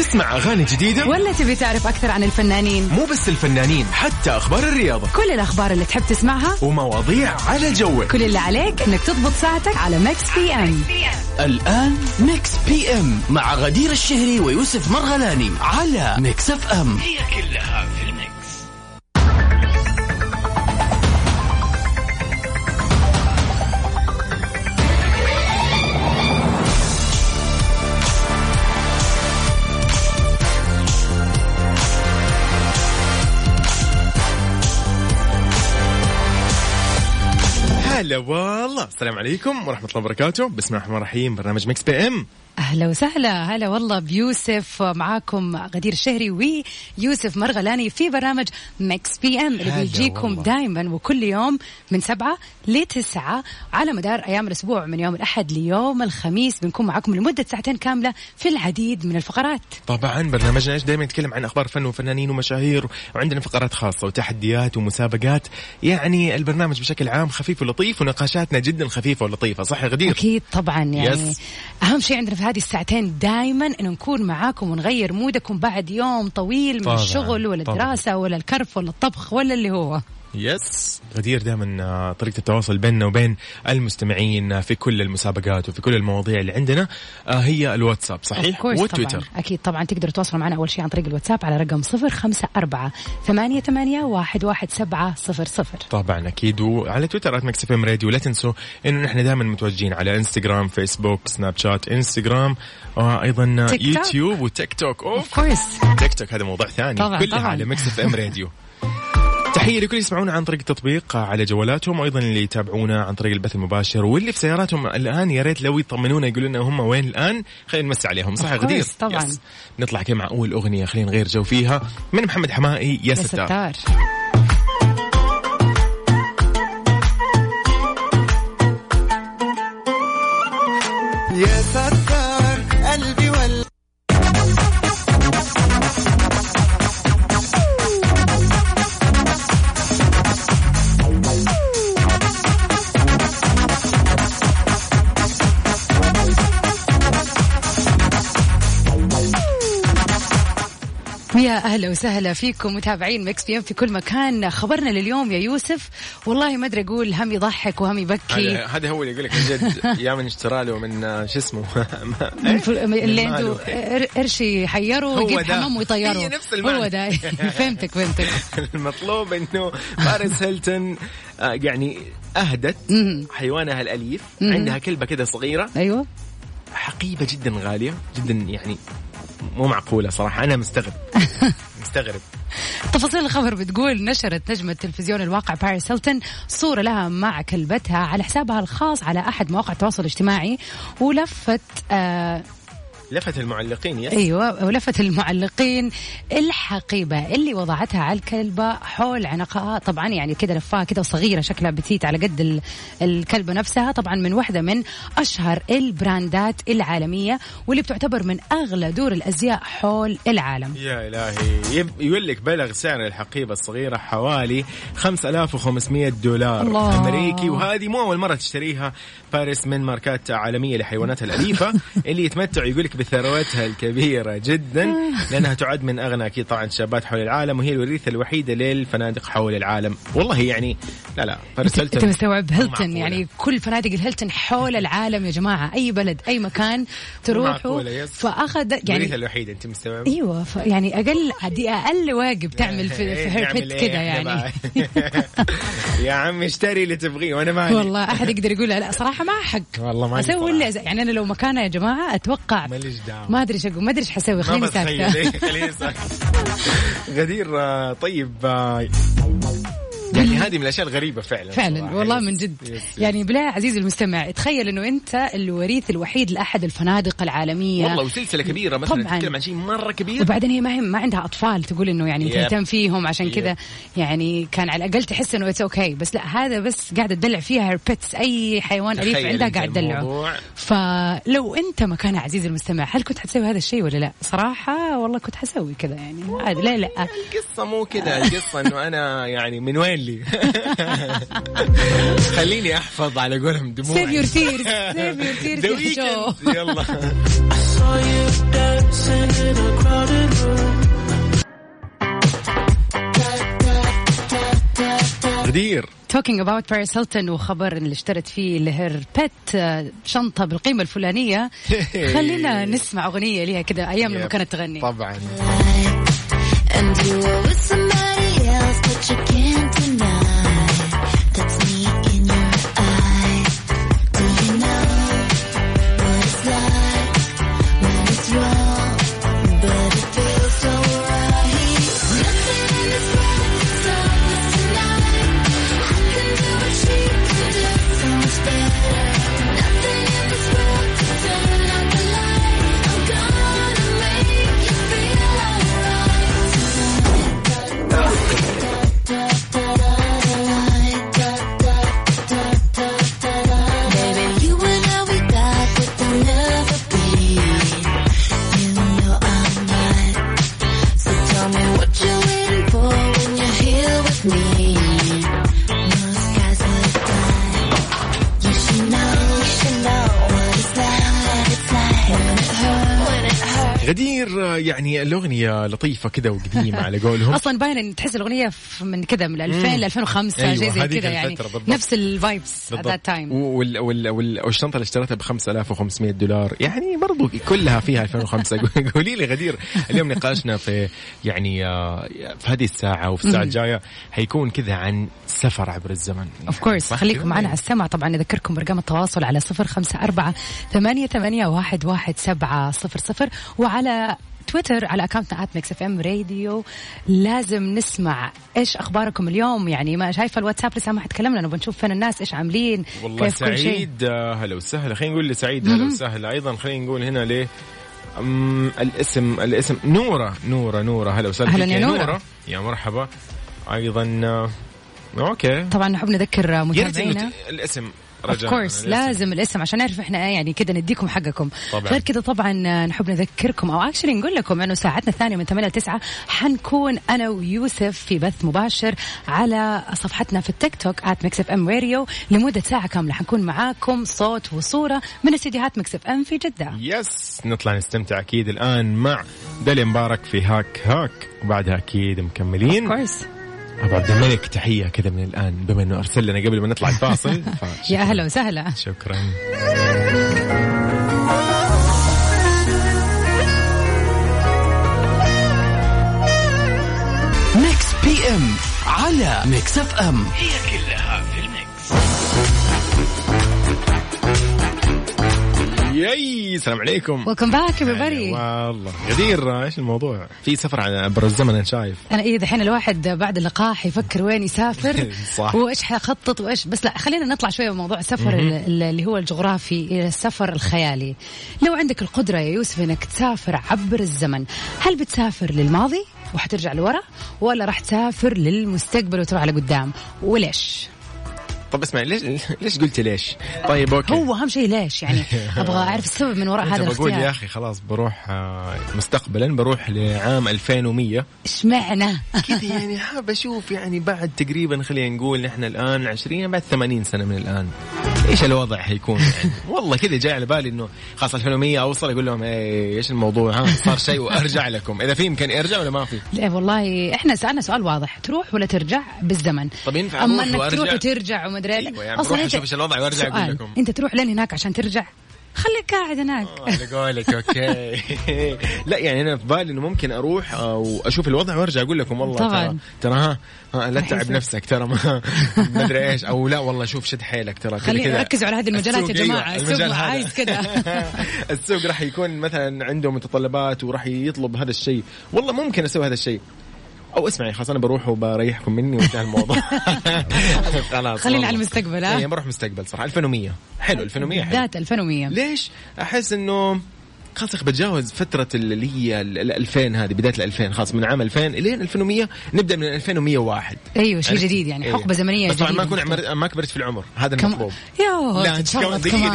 تسمع أغاني جديدة ولا تبي تعرف أكثر عن الفنانين؟ مو بس الفنانين، حتى أخبار الرياضة، كل الأخبار اللي تحب تسمعها ومواضيع على جوك. كل اللي عليك إنك تضبط ساعتك على ميكس بي ام. الآن ميكس بي ام مع غدير الشهري ويوسف مرغلاني على ميكس اف ام. هي كلها في الميكس. هلا والله، السلام عليكم ورحمة الله وبركاته. بسم الله الرحمن الرحيم. برنامج ميكس بي ام. أهلا وسهلا. هلا والله بيوسف، معاكم غدير الشهري ويوسف مرغلاني في برنامج ميكس بي ام اللي بيجيكم دائما وكل يوم من 7 ل 9 على مدار أيام الأسبوع، من يوم الأحد ليوم الخميس. بنكون معاكم لمدة ساعتين كاملة في العديد من الفقرات. طبعا برنامجنا إيش دائما يتكلم عن أخبار فن وفنانين ومشاهير، وعندنا فقرات خاصة وتحديات ومسابقات. يعني البرنامج بشكل عام خفيف ولطيف، ونقاشاتنا جدا خفيفة ولطيفة. صح يا غدير؟ أكيد طبعا. يعني أهم شيء عندنا في هذه الساعتين دائما إنه نكون معاكم ونغير مودكم بعد يوم طويل من طبعاً. الشغل ولا الدراسة ولا الكرف ولا الطبخ ولا اللي هو. يس غدير، دائما طريقة التواصل بيننا وبين المستمعين في كل المسابقات وفي كل المواضيع اللي عندنا هي الواتساب، صحيح؟ والتويتر. طبعاً. أكيد طبعا تقدروا تواصلوا معنا أول شيء عن طريق الواتساب على رقم 0548811700. طبعا أكيد، وعلى تويتر @مكسفم راديو. لا تنسوا إنه نحن دائما متواجدين على انستغرام، فيسبوك، سناب شات، انستغرام، وأيضا يوتيوب وتيك توك. تيك توك هذا موضوع ثاني. طبعاً كلها طبعاً. على مكسفم راديو. تحية لكل يسمعونا عن طريق التطبيق على جوالاتهم، وأيضا اللي يتابعونا عن طريق البث المباشر، واللي في سياراتهم الآن يا ريت لو يطمنونا يقولوا لنا هم وين الآن، خلينا نمسي عليهم. صح يا غدير؟ طبعا. نطلع كده مع أول أغنية خلينا نغير جو فيها من محمد حمائي، يا ستار. يا ستار قلبي ولا يا أهلا وسهلا فيكم متابعين ميكس بي ام في كل مكان. خبرنا لليوم يا يوسف، والله ما أدري أقول هم يضحك وهم يبكي. هذا هو اللي يقول لك جد يا من اشترى له من شو اسمه اللي عنده قرش يحيره ويجيب حمام ويطيره. هو ده. فهمتك. المطلوب إنه باريس هيلتون يعني أهدت حيوانها الأليف. عندها كلبة كده صغيرة، أيوة، حقيبة جدا غالية جدا، يعني مو معقولة صراحة. أنا مستغرب. تفاصيل الخبر بتقول نشرت نجمة تلفزيون الواقع باريس هيلتون صورة لها مع كلبتها على حسابها الخاص على أحد مواقع التواصل الاجتماعي، ولفت لفت المعلقين. أيوة، ولفت المعلقين الحقيبة اللي وضعتها على الكلبة حول عنقها. طبعا يعني كده لفاها كده صغيرة، شكلها بتيت على قد الكلبة نفسها. طبعا من واحدة من أشهر البراندات العالمية، واللي بتعتبر من أغلى دور الأزياء حول العالم. يا إلهي، يقول لك بلغ سعر الحقيبة الصغيرة حوالي $5500 أمريكي، وهذه مو أول مرة تشتريها باريس من ماركات عالمية لحيواناتها الأليفة اللي يتمتع يقول لك بثروتها الكبيرة جدا، لأنها تعد من أغنى أكيد طبعا الشابات حول العالم، وهي الوريثة الوحيدة للفنادق حول العالم. والله يعني لا باريس هيلتون. أنت مستوعب هيلتون؟ يعني كل فنادق الهيلتون حول العالم يا جماعة، أي بلد أي مكان تروحوا فأخذ يعني الوريثة الوحيدة. أنت مستوعب؟ أيوة، يعني أقل واجب تعمل في هيربت كده يعني. يا عم اشتري اللي تبغيه وأنا ما والله أحد يقدر يقول لا صراحة ما حق. والله ما أسوي اللي يعني أنا لو مكانه يا جماعة أتوقع ما أدري شو ما أدري إيش حسوي. خليني ساكتة. غدير. طيب يعني هذه من الأشياء الغريبة فعلا والله من جد. يعني بلا عزيزي المستمع، تخيل إنه أنت الوريث الوحيد لأحد الفنادق العالمية، والله وسلسلة كبيرة مثلا، تتكلم عن شيء مرة كبير. وبعدين هي ما عندها أطفال تقول إنه يعني تهتم فيهم، عشان كذا يعني كان على الأقل تحس إنه it's okay. بس لا، هذا بس قاعدة تدلع فيها pets، أي حيوان أليف عندها قاعد تدلعه. فلو أنت مكان عزيزي المستمع، هل كنت حتسوي هذا الشيء ولا لا؟ صراحة والله كنت حسوي كذا يعني عادي. لا القصة مو كذا، القصة إنه أنا يعني من وين لي خليني أحفظ على قولهم دموعي. Save your tears. يلا you dancing in a crowded room. غدير Talking about Paris Hilton وخبر اللي اشترت فيه لهر بيت شنطة بالقيمة الفلانية. خلينا نسمع أغنية ليها كده أيام لما كانت تغني. طبعا. And you were with somebody else, but you can't deny that's me in your eyes. Do you know what it's like when it's wrong, but it feels so right? Nothing in this world can stop us tonight. I can do what she can do so much better. Nothing in this world can turn out the light. I'm gonna make you feel alright. Baby, you and I, we got what they'll never be. You know I'm right. So tell me what you're waiting for when you're here with me. No skies will die. You should know what it's like when it hurts. غدير يعني الأغنية لطيفة كده وقديمة على قولهم. أصلا باين إن تحس الأغنية من كده من 2000 ل 2005 أيوة شيء زي كده يعني نفس الفايبس at that time. والشنطة اللي اشتريتها $5,500 يعني برضو كلها فيها 2005. قولي لي غدير اليوم نقاشنا في يعني في هذه الساعة وفي الساعة الجاية هيكون كذا عن سفر عبر الزمن. of course خليكم معنا على السمع. طبعا نذكركم برقم التواصل على 0548811700 وعلى تويتر على أكاونتنا @mixfmradio. لازم نسمع إيش أخباركم اليوم. يعني ما شايفة الواتساب لسه ما حتكلمنا، نبغى نشوف فين الناس إيش عاملين. والله كيف كل شيء. سعيد هلا وسهلا. خلينا نقول لسعيد هلا وسهلا. أيضا خلينا نقول هنا ليه الاسم نورة هلا وسهلا. أهلا يا نورة. يا مرحبا. أيضا أوكي طبعا نحب نذكر متابعينا الاسم of course لازم الاسم عشان نعرف احنا يعني كده نديكم حقكم. طبعاً. غير كده طبعا نحب نذكركم او اكشلي نقول لكم انه ساعتنا الثانية من 8 ل 9 حنكون انا ويوسف في بث مباشر على صفحتنا في التيك توك @mixfmradio لمدة ساعة كاملة. حنكون معاكم صوت وصورة من استديوهات ميكس اف ام في جدة. يس نطلع نستمتع اكيد الان مع داليا مبارك في هاك وبعدها اكيد مكملين. of course أبو عبد الملك تحية كذا من الآن بما أنه أرسل لنا قبل ما نطلع الفاصل. يا أهلا وسهلا. شكرا. ميكس بي ام على ميكس اف ام. هي كلها في الميكس. ياي السلام عليكم. welcome back everybody. والله غدير ايش الموضوع في سفر عبر الزمن. انا شايف انا دحين الواحد بعد اللقاء حيفكر وين يسافر وايش حيخطط وايش. بس لا خلينا نطلع شويه من موضوع السفر اللي هو الجغرافي الى السفر الخيالي. لو عندك القدره يا يوسف انك تسافر عبر الزمن، هل بتسافر للماضي وحترجع لورا ولا راح تسافر للمستقبل وتروح على قدام وليش؟ طب اسمع ليش قلت ليش؟ طيب اوكي هو اهم شيء ليش يعني ابغى اعرف السبب من وراء هذا الاختيار. بقول يا اخي خلاص بروح مستقبلا بروح لعام 2100. اشمعنى كذا يعني حاب اشوف يعني بعد تقريبا خلينا نقول نحن الان 20 بعد 80 سنه من الان ايش الوضع حيكون يعني. والله كذا جاي على بالي انه خلاص 2100 اوصل اقول لهم ايش الموضوع صار شيء وارجع لكم اذا في امكان ارجع ولا ما في. لا والله احنا سالنا سؤال واضح، تروح ولا ترجع بالزمن. طب ينفع اما انك تروح وترجع وما ادري أيوة يعني اصلا اشوف ايش الوضع وارجع اقول لكم. انت تروح لين هناك عشان ترجع، خليك قاعد هناك. على قولك اوكي. لا يعني انا في بالي انه ممكن اروح واشوف الوضع وارجع اقول لكم والله طبعا. ترى لا تتعب نفسك ترى ما ادري ايش او لا والله شوف شد حيلك ترى خلينا ركزوا على هذه المجالات يا جماعه. السوق عايز كده. السوق راح يكون مثلا عنده متطلبات وراح يطلب هذا الشيء. والله ممكن اسوي هذا الشيء او اسمعي خلاص انا بروح وبريحكم مني وانتهى الموضوع. خلاص خلينا على المستقبل. يعني بروح مستقبل صراحه 2100 حلو. 2100 حلو. ذات 2100 ليش احس انه خلاص بتجاوز فترة اللي هي 2000 هذه بداية 2000 خلاص من عام 2000 إلين 2100 نبدأ من 2101. أيوة شيء جديد يعني حقبة زمنية بس جديدة. ما أكون ما كبرت في العمر هذا المطلوب. لا إن شاء الله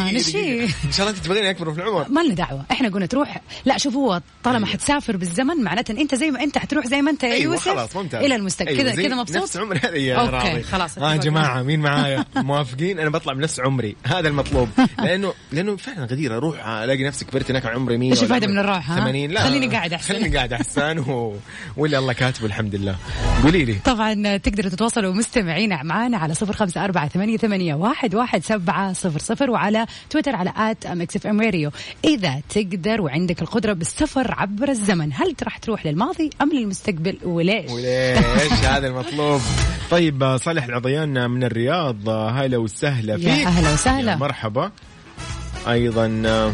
إن شاء الله أنت تبغيني أكبر في العمر. ما لنا دعوة إحنا قلنا تروح. لا شوف هو طالما حتسافر بالزمن معناته أنت زي ما أنت حتروح زي ما أنت يا يوسف إلى المستقبل كذا كذا مبسوط. نفس عمري هذا يا راضي. خلاص جماعة مين معايا موافقين؟ أنا بطلع بنفس عمري هذا المطلوب. لأنه فعلا غدير أروح ألاقي نفسي كبرت هناك عمري 100 ايش الفائدة من الروح؟ 80. لا خليني قاعد أحسن. خليني قاعد أحسن ولا الله كاتبه الحمد لله. قولي لي. طبعا تقدروا تتواصلوا مستمعين معنا على 0548811700 وعلى تويتر على @mixfmradio. إذا تقدر وعندك القدرة بالسفر عبر الزمن، هل راح تروح للماضي أم للمستقبل وليش؟ هذا المطلوب. طيب صالح العضيان من الرياض، هلا وسهلا فيك. يا أهلا وسهلا. مرحبا. أيضا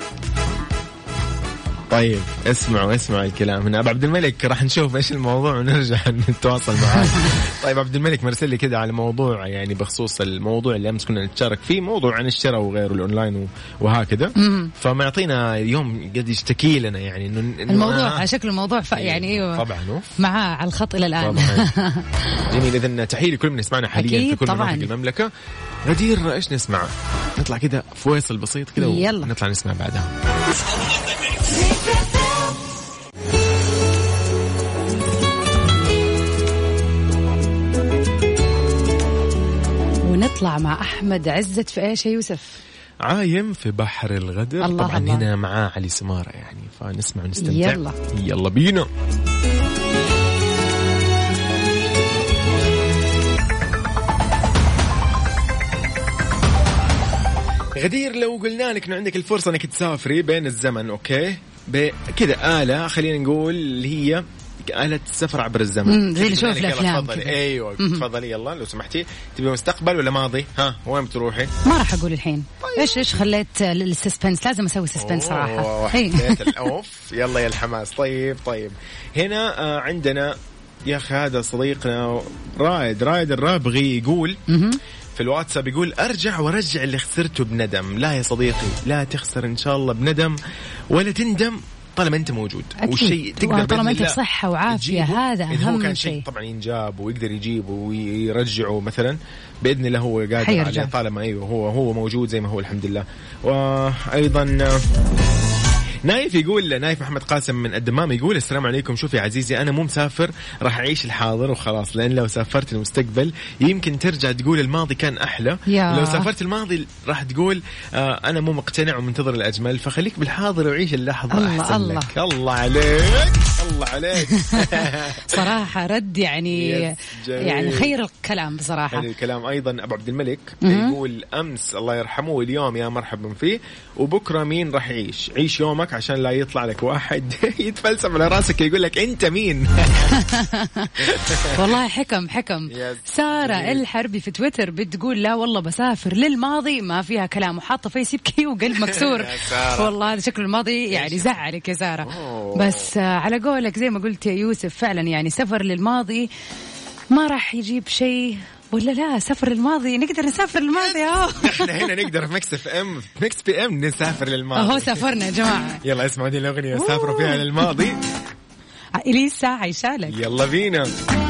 طيب اسمعوا الكلام هنا. أبو عبد الملك راح نشوف إيش الموضوع ونرجع نتواصل معاه. طيب عبد الملك مرسل لي كده على موضوع يعني بخصوص الموضوع اللي أمس كنا نتشارك فيه، موضوع عن الشراء وغيره الأونلاين وهكذا. فما يعطينا اليوم قد يشتكي لنا يعني إنه الموضوع على شكل الموضوع يعني طبعا معاه على الخط إلى الآن. جميل. إذن تحية لكل من يسمعنا حاليا في كل مناطق المملكة. غدير إيش نسمع؟ نطلع كده فويصل بسيط كده ونطلع نسمع بعدها. ونطلع مع أحمد عزت في إيش يا يوسف؟ عايم في بحر الغدر. الله طبعا الله. هنا معاه علي سمارة يعني، فنسمع ونستمتع. يلا بينا. غدير لو قلنا لك انه عندك الفرصة انك تسافري بين الزمن، اوكي، بكذا آلة خلينا نقول اللي هي آلة السفر عبر الزمن زي اللي نشوف الأفلام كذا. ايوه تفضلي يلا لو سمحتي. تبي مستقبل ولا ماضي؟ ها وين بتروحي؟ ما راح اقول الحين. طيب. ايش خليت السسبنس؟ لازم اسوي سسبنس صراحة. الأوف يلا يا الحماس. طيب هنا عندنا يا اخي هذا صديقنا رائد الرابغي يقول في الواتساب، يقول أرجع ورجع اللي خسرته بندم. لا يا صديقي، لا تخسر إن شاء الله بندم ولا تندم طالما أنت موجود. والشيء تقدر طالما أنت بصحة وعافية، هذا أهم شيء. طبعا ينجاب ويقدر يجيبه ويرجعه مثلا بإذن الله، هو قادر عليه طالما أيوه هو موجود زي ما هو الحمد لله. وأيضا نايف يقول، نايف محمد قاسم من الدمام يقول السلام عليكم. شوف يا عزيزي، أنا مو مسافر، راح أعيش الحاضر وخلاص، لأن لو سافرت المستقبل يمكن ترجع تقول الماضي كان أحلى. لو سافرت الماضي راح تقول أنا مو مقتنع ومنتظر الأجمل. فخليك بالحاضر وعيش اللحظة. أحسن لك. الله عليك صراحة رد يعني خير الكلام بصراحة. الكلام. أيضا أبو عبد الملك يقول أمس الله يرحمه واليوم يا مرحبا فيه، وبكرة مين راح يعيش؟ عيش يومك عشان لا يطلع لك واحد يتفلسف على راسك يقول لك أنت مين. والله حكم. سارة الحربي في تويتر بتقول لا والله بسافر للماضي، ما فيها كلام، وحاطة فيس يبكي وقلب مكسور. والله هذا شكل الماضي يعني زعلك يا سارة. بس على قولك زي ما قلت يا يوسف، فعلا يعني سفر للماضي ما راح يجيب شيء. ولا لا، سفر للماضي نقدر نسافر للماضي. احنا هنا نقدر في ميكس بي ام نسافر للماضي. اهو سافرنا يا جماعة. يلا اسمعوا دي الأغنية سافروا فيها للماضي. إليسا عايشالك. يلا بينا.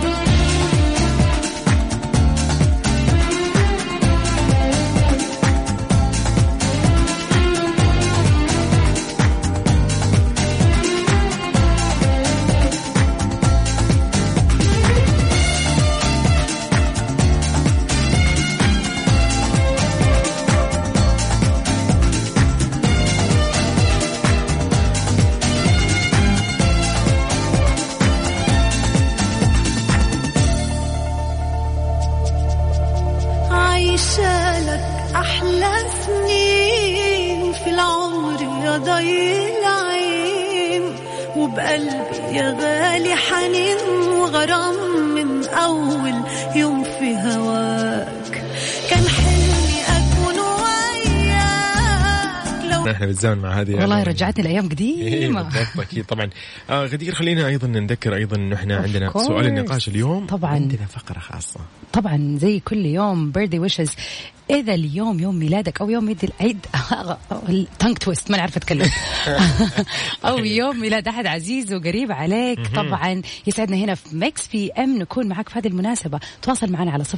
وبقلبي يا غالي حنين وغرام من أول يوم في هواك. كان حلمي أكون وياك. لو احنا بالزمن مع هذه والله رجعتني الأيام قديمة. بالضبط أكيد طبعا. غدير خلينا أيضا نذكر أيضا إنه إحنا عندنا سؤال النقاش اليوم. طبعا عندنا فقرة خاصة طبعا زي كل يوم birthday wishes. إذا اليوم يوم ميلادك أو يوم ميلاد العيد تانك تويست ما نعرف أتكلم أو يوم ميلاد أحد عزيز وقريب عليك، طبعا يسعدنا هنا في ميكس بي ام نكون معك في هذه المناسبة. تواصل معنا على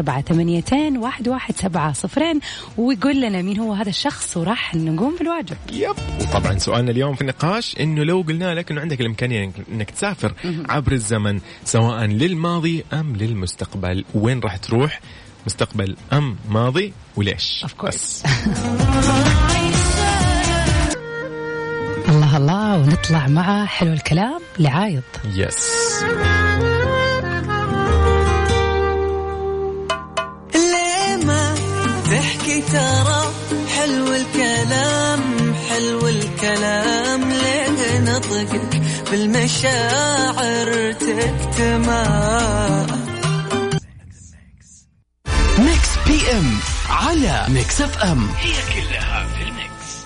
0548811700 ويقول لنا مين هو هذا الشخص وراح نقوم بالواجب. وطبعا سؤالنا اليوم في النقاش إنه لو قلنا لك إنه عندك الإمكانية إنك تسافر عبر الزمن سواء للماضي أم للمستقبل، وين راح تروح؟ مستقبل أم ماضي وليش؟ بس الله ونطلع مع حلو الكلام لعايض. يس. ليه ما تحكي ترى حلو الكلام حلو الكلام ليه نطقك بالمشاعر تكتمها. ميكس بي ام على ميكس اف ام، هي كلها في الميكس.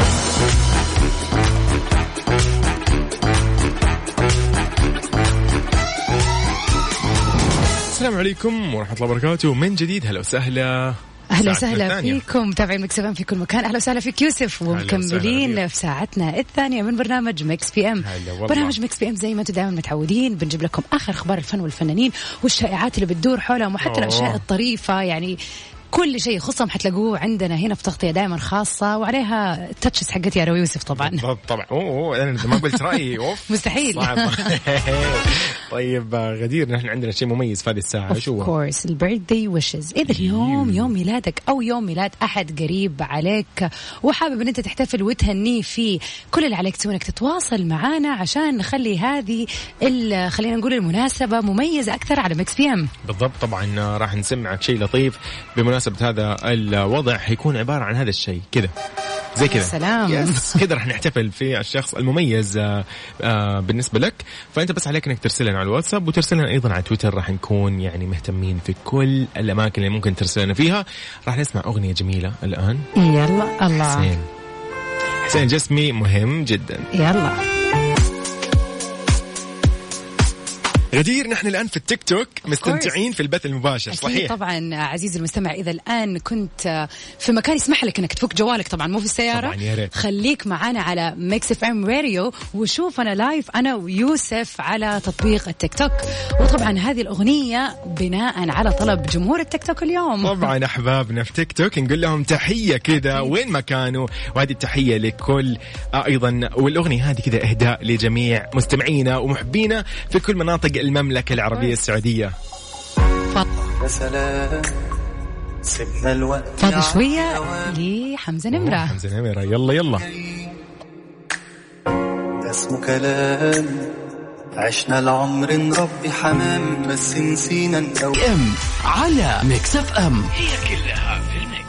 السلام عليكم ورحمة الله وبركاته من جديد. هلا وسهلا. أهلا وسهلا فيكم متابعين مكس اف ام في كل مكان. أهلا وسهلا فيك يوسف، ومكملين في ساعتنا الثانية من برنامج مكس بي ام. برنامج مكس بي ام زي ما انتم دائما متعودين بنجيب لكم آخر أخبار الفن والفنانين والشائعات اللي بتدور حولهم وحتى الأشياء الطريفة، يعني كل شيء يخصهم حتلاقوه عندنا هنا في تغطية دائما خاصة وعليها التاتشز حقتي يا يوسف. طبعا طبعا أنا ما قلت رأيي. مستحيل. طيب غدير، نحن عندنا شيء مميز في هذه الساعة. شو كورس البيرثدي ويشز. إذا اليوم يوم ميلادك أو يوم ميلاد أحد قريب عليك وحابب أن أنت تحتفل وتهنيه فيه، كل اللي عليك تسوي إنك تتواصل معنا عشان نخلي هذه خلينا نقول المناسبة مميزة أكثر على مكس بي ام. بالضبط. طبعا راح نسمعك شيء لطيف بمناسبة هذا الوضع، حيكون عبارة عن هذا الشيء كذا زي كذا. سلام. كذا راح نحتفل في الشخص المميز بالنسبة لك. فأنت بس عليك أنك ترسلنا على الواتساب وترسلنا أيضا على تويتر. راح نكون يعني مهتمين في كل الأماكن اللي ممكن ترسلنا فيها. راح نسمع أغنية جميلة الآن. يلا الله. حسين جسمي مهم جدا. يلا غدير، نحن الآن في التيك توك مستمتعين في البث المباشر. صحيح طبعا عزيزي المستمع، إذا الآن كنت في مكان يسمح لك أنك تفك جوالك، طبعا مو في السيارة، طبعا يا ريت خليك معنا على ميكس اف ام راديو وشوف أنا لايف أنا ويوسف على تطبيق التيك توك. وطبعا هذه الأغنية بناء على طلب جمهور التيك توك اليوم. طبعا أحبابنا في تيك توك نقول لهم تحية كذا وين ما كانوا، وهذه التحية لكل أيضا، والأغنية هذه كذا إهداء لجميع مستمعينا ومحبينا في كل مناطق المملكة العربية السعودية. يا سلام سيبنا الوقت فاضي شوية لحمزة نمرة. حمزة نمرة يلا يلا. ده اسمه كلام عشنا العمر نربي حمام بس نسينا نقوم ام على ميكس اف ام، هي كلها في الميكس.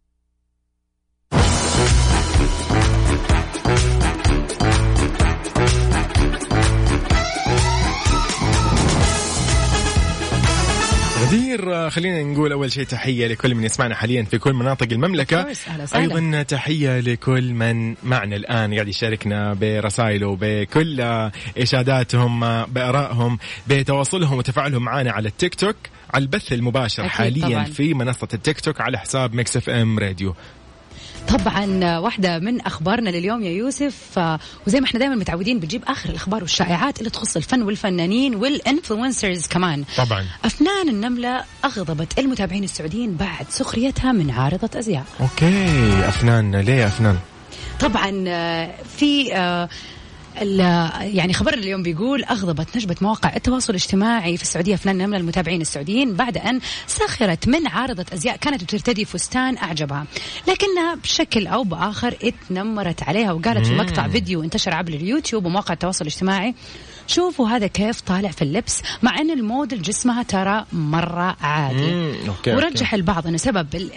غدير، خلينا نقول أول شيء تحية لكل من يسمعنا حاليا في كل مناطق المملكة. أيضا تحية لكل من معنا الآن قاعد يشاركنا برسائله بكل إشاداتهم بآرائهم بتواصلهم وتفاعلهم معنا على التيك توك على البث المباشر حاليا طبعاً في منصة التيك توك على حساب ميكس اف ام راديو. طبعا واحدة من أخبارنا لليوم يا يوسف، وزي ما احنا دائما متعودين بنجيب آخر الأخبار والشائعات اللي تخص الفن والفنانين والإنفلونسرز كمان. طبعا أفنان النملة أغضبت المتابعين السعوديين بعد سخريتها من عارضة أزياء. أوكي أفنان، ليه أفنان؟ طبعا في يعني خبرنا اليوم بيقول أغضبت نشبة مواقع التواصل الاجتماعي في السعودية أفنان النملة المتابعين السعوديين بعد أن سخرت من عارضة أزياء كانت بترتدي فستان أعجبها، لكنها بشكل أو بآخر اتنمرت عليها وقالت في مقطع فيديو انتشر عبر اليوتيوب ومواقع التواصل الاجتماعي: شوفوا هذا كيف طالع في اللبس مع أن الموديل جسمها ترى مرة عادي. ورجح البعض أنه سبب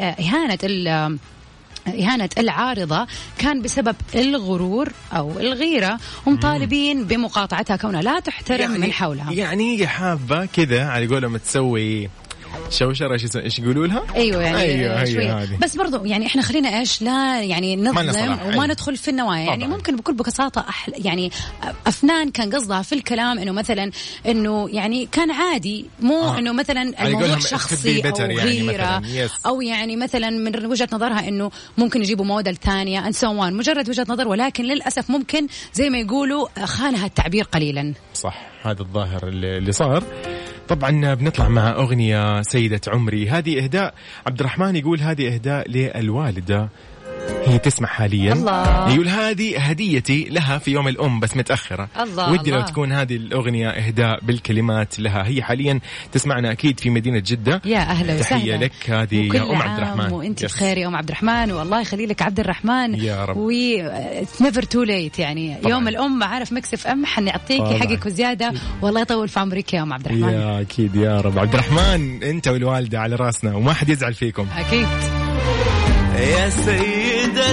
إهانة العارضة كان بسبب الغرور أو الغيرة، ومطالبين بمقاطعتها كونها لا تحترم من حولها. يعني حابة كذا على قولهم تسوي شوشرة، ايش يقولوا لها؟ ايوه يعني أيوة شوية. بس برضو يعني احنا خلينا ايش لا يعني نظلم وما ندخل في النوايا. يعني ممكن بكل بساطة يعني أفنان كان قصدها في الكلام انه مثلا انه يعني كان عادي، مو انه مثلا الموضوع شخصي او غيرة يعني او يعني مثلا من وجهة نظرها انه ممكن يجيبوا موديل ثانية انسوان، مجرد وجهة نظر، ولكن للأسف ممكن زي ما يقولوا خانها التعبير قليلا. صح، هذا الظاهر اللي صار. طبعا بنطلع مع أغنية سيدة عمري، هذه إهداء عبد الرحمن، يقول هذه إهداء للوالدة هي تسمع حاليا. الله. يقول هذه هديتي لها في يوم الأم بس متأخرة. الله ودي الله. لو تكون هذه الأغنية إهداء بالكلمات لها. هي حاليا تسمعنا أكيد في مدينة جدة. يا أهلا وسهلا. تحية لك هذه يا أم عبد الرحمن. وأنت بخير يا أم عبد الرحمن والله يخلي لك عبد الرحمن يا رب. و never too late يعني طبعاً. يوم الأم عارف مكس اف ام حنعطيكي حقك وزيادة والله يطول في عمرك يا أم عبد الرحمن. يا أكيد يا رب. عبد الرحمن أنت والوالدة على راسنا وما حد يزعل فيكم أكيد. يا سيدة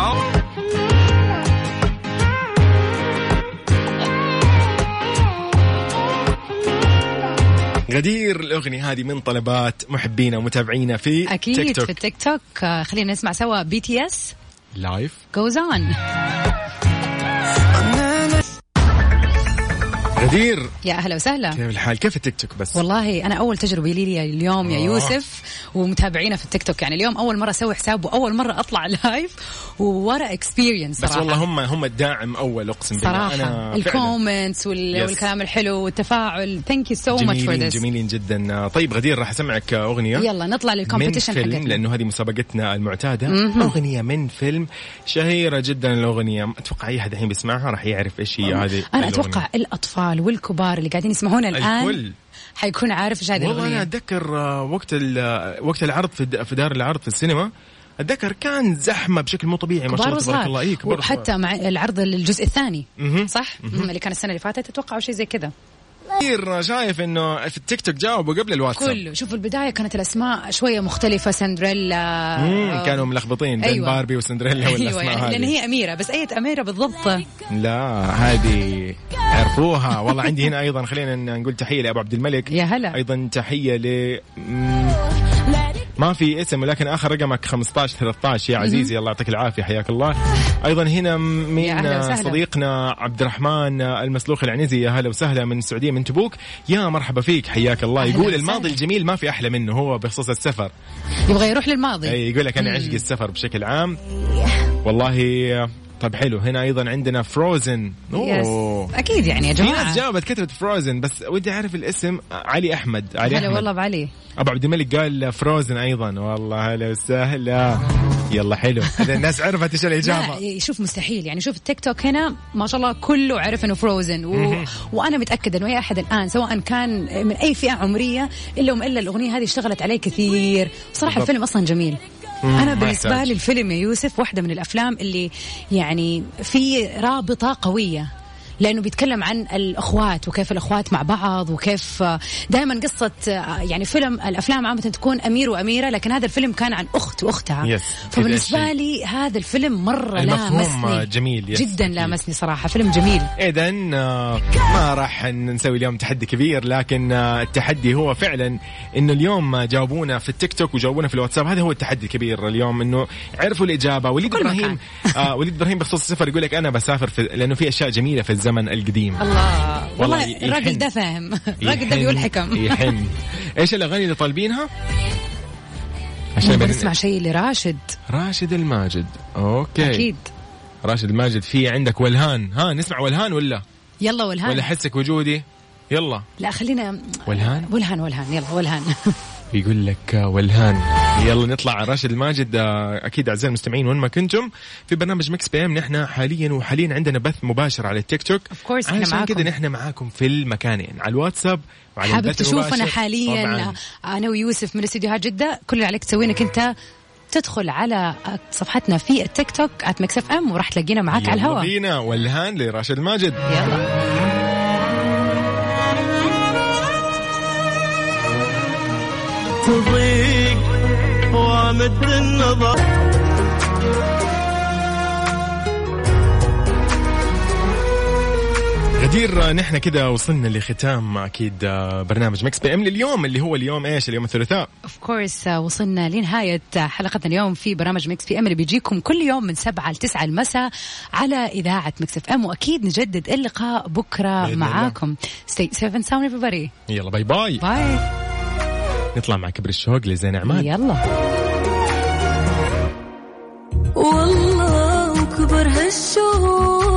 غدير. الأغنية هذه من طلبات محبينا ومتابعينا في أكيد تيك توك. في التيك توك. خلينا نسمع سوا BTS لايف goes on. غدير يا أهلا وسهلا. كيف الحال؟ كيف التيك توك؟ بس والله أنا أول تجربة لي اليوم يا يوسف ومتابعينا في التيك توك يعني اليوم أول مرة أسوي حساب وأول مرة أطلع لايف وورا اكسبيرينس بس والله هم الداعم أول أقسم بالله. صراحة أنا الكومنتس والكلام الحلو والتفاعل. thank you so much for this. جميلين جدا. طيب غدير راح أسمعك أغنية يلا نطلع للكومبيتيشن من فيلم حقتنا لأنه هذه مسابقتنا المعتادة. أغنية من فيلم شهيرة جدا. الأغنية أتوقع أي أحد الحين بيسمعها راح يعرف إيش هي هذه. أنا أتوقع الأطفال والكبار اللي قاعدين يسمعونا الآن الكل حيكون عارف إيش هذه والله. الأغنية. أنا أتذكر وقت العرض في دار العرض في السينما أتذكر كان زحمة بشكل مو طبيعي ما شاء الله تبارك الله. إيه كبار وحتى مع العرض الجزء الثاني صح اللي كان السنة اللي فاتت أتوقع شيء زي كذا. شايف انه في التيك توك جاوبوا قبل الواتساب كله. شوفوا البداية كانت الأسماء شوية مختلفة. سندريلا كانوا ملخبطين بين باربي وسندريلا والأسماء يعني هذه لأن هي أميرة بس أي أميرة بالضبط؟ لا هذه عرفوها والله. عندي هنا أيضا خلينا نقول تحية لأبو عبد الملك. يا هلا. أيضا تحية ل ما في اسم ولكن آخر رقمك 15-13 يا عزيزي الله يعطيك العافية حياك الله. أيضا هنا من صديقنا عبد الرحمن المسلوخ العنزي. يا هلا وسهلا من السعودية من تبوك. يا مرحبا فيك حياك الله. يقول الماضي الجميل ما في أحلى منه. هو بخصوص السفر يبغى يروح للماضي. أي يقول لك أنا عشق السفر بشكل عام والله. طب حلو. هنا أيضا عندنا فروزن. أكيد يعني يا جماعة في ناس جاوبت كتبت فروزن بس ودي أعرف الاسم. علي أحمد. هلا والله بعلي. أبو عبد الملك قال فروزن أيضا. والله هلا وسهلا. يلا حلو. هذا الناس عرفت إيش الإجابة. شوف مستحيل يعني. شوف التيك توك هنا ما شاء الله كله عرف إنه فروزن وأنا متأكدة إنه أي أحد الآن سواء كان من أي فئة عمرية إلا الأغنية هذه اشتغلت عليه كثير صراحة. الفيلم أصلا جميل. أنا بالنسبة لي الفيلم يا يوسف واحدة من الأفلام اللي يعني في رابطة قوية لأنه بيتكلم عن الأخوات وكيف الأخوات مع بعض وكيف دائما قصة يعني الأفلام عامة تكون أمير وأميرة لكن هذا الفيلم كان عن أخت وأختها. فبالنسبة لي هذا الفيلم مرة لامسني جميل جدا. لامسني صراحة فيلم جميل. إذن ما راح نسوي اليوم تحدي كبير لكن التحدي هو فعلا إنه اليوم جاوبونا في التيك توك وجاوبونا في الواتساب. هذا هو التحدي الكبير اليوم إنه عرفوا الإجابة. وليد إبراهيم بخصوص السفر يقول لك أنا بسافر لأنه في أشياء جميلة في الزمن القديم. الله والله الراجل ده فاهم. الراجل ده بيقول حكم. يحن. ايش الاغاني اللي طالبينها عشان نسمع شيء لراشد الماجد. اوكي اكيد راشد الماجد. في عندك ولهان. نسمع ولهان ولا يلا ولهان ولا حسك وجودي. يلا لا خلينا ولهان يلا ولهان. بيقول لك ولهان. يلا نطلع على راشد الماجد. أكيد أعزائي المستمعين وين ما كنتم في برنامج ميكس بي ام نحن حاليا عندنا بث مباشر على التيك توك. عشان كده نحن معاكم في المكانين على الواتساب وعلى حابب تشوفنا حاليا طبعاً. أنا ويوسف من استديوهات جدة. كل اللي عليك تسويه إنك أنت تدخل على صفحتنا في التيك توك @mixfm وراح تلاقينا معاك على الهواء. يلا بينا ولهان لراشد الماجد. يلا تضيق وامد النظر. غدير نحن كده وصلنا لختام أكيد برنامج ميكس بي ام لليوم اللي هو اليوم إيش اليوم الثلاثاء. of course وصلنا لنهاية حلقتنا اليوم في برنامج ميكس بي ام اللي بيجيكم كل يوم من 7 ل9 المساء على إذاعة ميكس اف ام. وأكيد نجدد اللقاء بكرة معاكم. stay safe and sound everybody. يلا باي باي باي. نطلع مع كبر الشوق لزين عمان. يلا والله وكبر هالشوق